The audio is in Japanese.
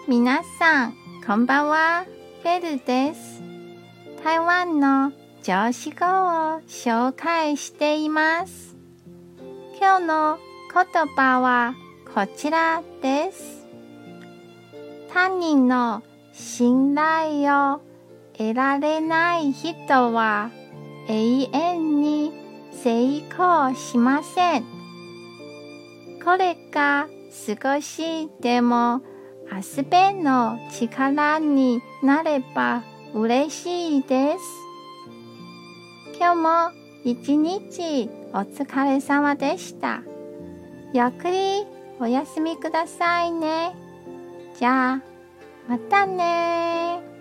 皆さん、こんばんは。フェルです。台湾の常識語を紹介しています。今日の言葉はこちらです。他人の信頼を得られない人は永遠に成功しません。これが少しでも遊べの力になれば嬉しいです。今日も一日お疲れ様でした。ゆっくりお休みくださいね。じゃあ、またね。